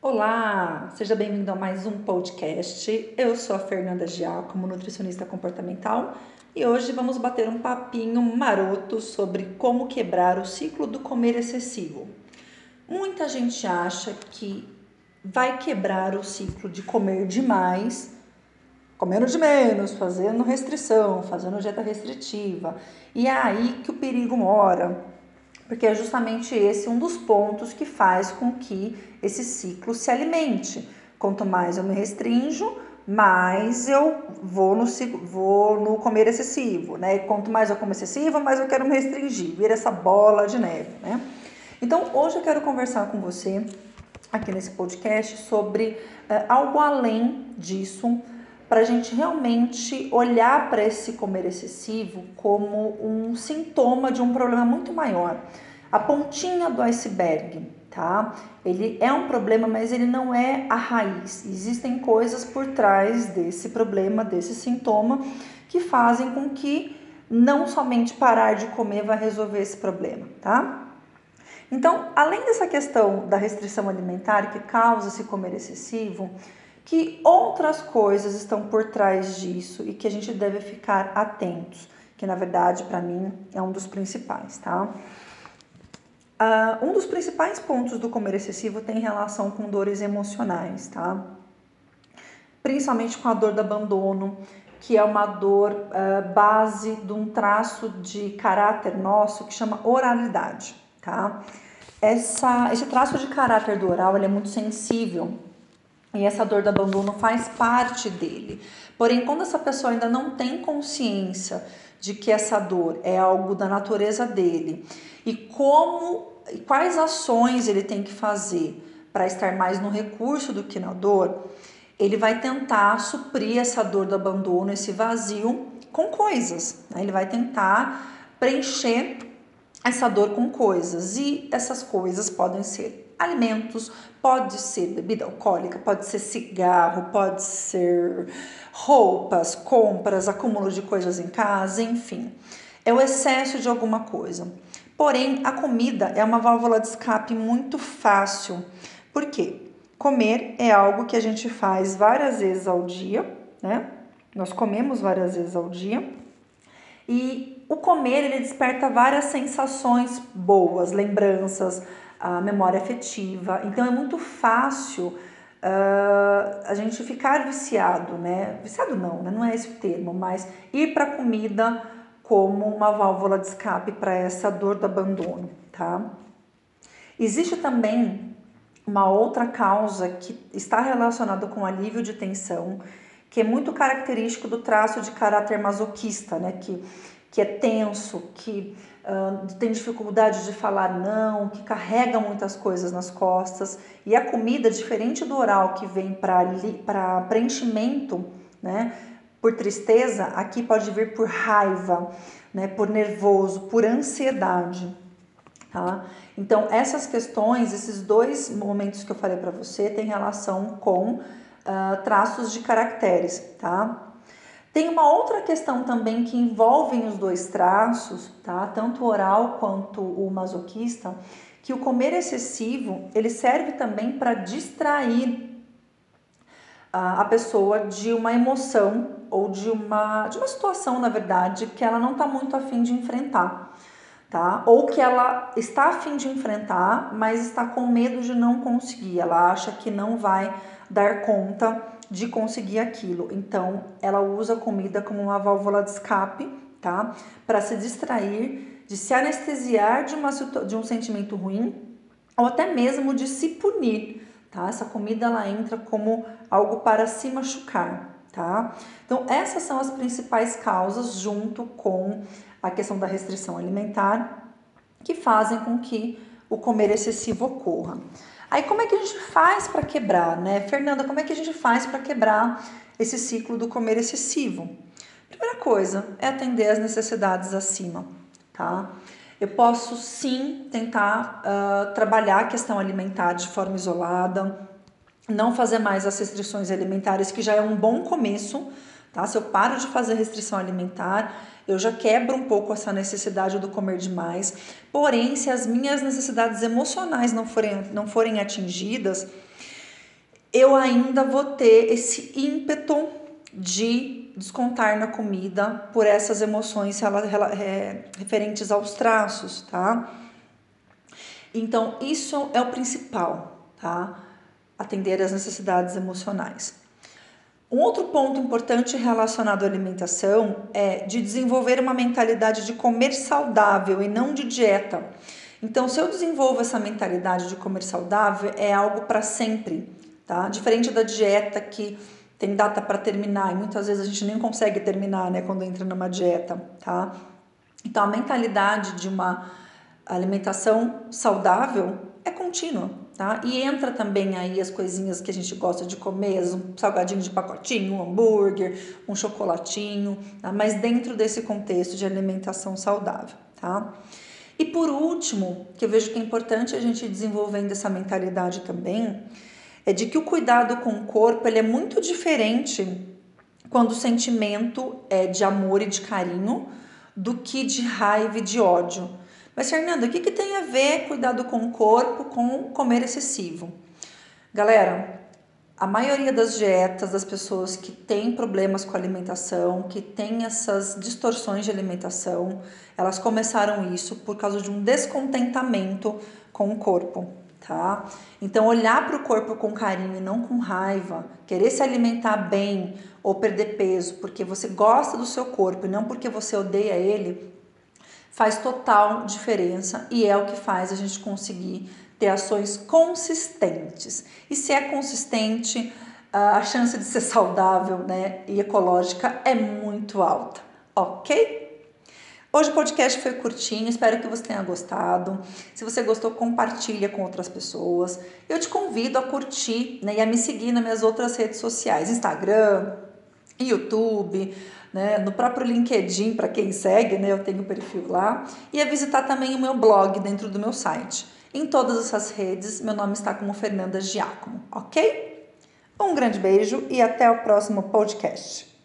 Olá, seja bem-vindo a mais um podcast. Eu sou a Fernanda Giacomo, nutricionista comportamental, e hoje vamos bater um papinho maroto sobre como quebrar o ciclo do comer excessivo. Muita gente acha que vai quebrar o ciclo de comer demais, comendo de menos, fazendo restrição, fazendo dieta restritiva, e é aí que o perigo mora. Porque é justamente esse um dos pontos que faz com que esse ciclo se alimente. Quanto mais eu me restrinjo, mais eu vou no comer excessivo, né? E quanto mais eu como excessivo, mais eu quero me restringir, vira essa bola de neve, né? Então, hoje eu quero conversar com você aqui nesse podcast sobre algo além disso, para a gente realmente olhar para esse comer excessivo como um sintoma de um problema muito maior. A pontinha do iceberg, tá? Ele é um problema, mas ele não é a raiz. Existem coisas por trás desse problema, desse sintoma, que fazem com que não somente parar de comer vai resolver esse problema, tá? Então, além dessa questão da restrição alimentar que causa esse comer excessivo, que outras coisas estão por trás disso e que a gente deve ficar atentos, que na verdade para mim é um dos principais, tá? Um dos principais pontos do comer excessivo tem relação com dores emocionais, tá? Principalmente com a dor do abandono, que é uma dor base de um traço de caráter nosso que chama oralidade, tá? Esse traço de caráter do oral ele é muito sensível e essa dor do abandono faz parte dele. Porém, quando essa pessoa ainda não tem consciência de que essa dor é algo da natureza dele e quais ações ele tem que fazer para estar mais no recurso do que na dor, ele vai tentar suprir essa dor do abandono, esse vazio, com coisas, né? Ele vai tentar preencher essa dor com coisas, e essas coisas podem ser alimentos, pode ser bebida alcoólica, pode ser cigarro, pode ser roupas, compras, acúmulo de coisas em casa, enfim. É o excesso de alguma coisa. Porém, a comida é uma válvula de escape muito fácil. Por quê? Comer é algo que a gente faz várias vezes ao dia, né? Nós comemos várias vezes ao dia. E o comer, ele desperta várias sensações boas, lembranças, a memória afetiva. Então, é muito fácil a gente ficar viciado, né? Viciado não, né? Não é esse o termo, mas ir para a comida como uma válvula de escape para essa dor do abandono, tá? Existe também uma outra causa que está relacionada com alívio de tensão, que é muito característico do traço de caráter masoquista, né? Que é tenso, que tem dificuldade de falar não, que carrega muitas coisas nas costas. E a comida, diferente do oral que vem para preenchimento, né? Por tristeza, aqui pode vir por raiva, né? Por nervoso, por ansiedade. Tá? Então, essas questões, esses dois momentos que eu falei para você, têm relação com traços de caracteres, tá? Tem uma outra questão também que envolve os dois traços, tá? Tanto o oral quanto o masoquista, que o comer excessivo, ele serve também para distrair a pessoa de uma emoção ou de uma situação, na verdade, que ela não está muito afim de enfrentar. Tá? Ou que ela está a fim de enfrentar, mas está com medo de não conseguir. Ela acha que não vai dar conta de conseguir aquilo. Então, ela usa a comida como uma válvula de escape, tá? Para se distrair, de se anestesiar de um sentimento ruim, ou até mesmo de se punir, tá? Essa comida ela entra como algo para se machucar, tá? Então, essas são as principais causas, junto com a questão da restrição alimentar, que fazem com que o comer excessivo ocorra. Aí, como é que a gente faz para quebrar, né? Fernanda, como é que a gente faz para quebrar esse ciclo do comer excessivo? Primeira coisa é atender às necessidades acima, tá? Eu posso sim tentar trabalhar a questão alimentar de forma isolada, não fazer mais as restrições alimentares, que já é um bom começo, tá? Se eu paro de fazer restrição alimentar, eu já quebro um pouco essa necessidade do comer demais. Porém, se as minhas necessidades emocionais não forem atingidas, eu ainda vou ter esse ímpeto de descontar na comida por essas emoções referentes aos traços, tá? Então, isso é o principal, tá? Atender às necessidades emocionais. Um outro ponto importante relacionado à alimentação é de desenvolver uma mentalidade de comer saudável e não de dieta. Então, se eu desenvolvo essa mentalidade de comer saudável, é algo para sempre, tá? Diferente da dieta que tem data para terminar e muitas vezes a gente nem consegue terminar, né, quando entra numa dieta, tá? Então, a mentalidade de uma alimentação saudável é contínua, tá? E entra também aí as coisinhas que a gente gosta de comer, um salgadinho de pacotinho, um hambúrguer, um chocolatinho, tá? Mas dentro desse contexto de alimentação saudável, tá? E por último, que eu vejo que é importante a gente ir desenvolvendo essa mentalidade também, é de que o cuidado com o corpo ele é muito diferente quando o sentimento é de amor e de carinho do que de raiva e de ódio. Mas, Fernanda, o que tem a ver cuidado com o corpo com comer excessivo? Galera, a maioria das dietas das pessoas que têm problemas com a alimentação, que têm essas distorções de alimentação, elas começaram isso por causa de um descontentamento com o corpo, tá? Então, olhar para o corpo com carinho e não com raiva, querer se alimentar bem ou perder peso porque você gosta do seu corpo e não porque você odeia ele, faz total diferença e é o que faz a gente conseguir ter ações consistentes. E se é consistente, a chance de ser saudável, né, e ecológica é muito alta, ok? Hoje o podcast foi curtinho, espero que você tenha gostado. Se você gostou, compartilha com outras pessoas. Eu te convido a curtir, né, e a me seguir nas minhas outras redes sociais, Instagram, YouTube, né, no próprio LinkedIn, para quem segue, né, eu tenho um perfil lá, e a visitar também o meu blog dentro do meu site. Em todas essas redes, meu nome está como Fernanda Giacomo, ok? Um grande beijo e até o próximo podcast.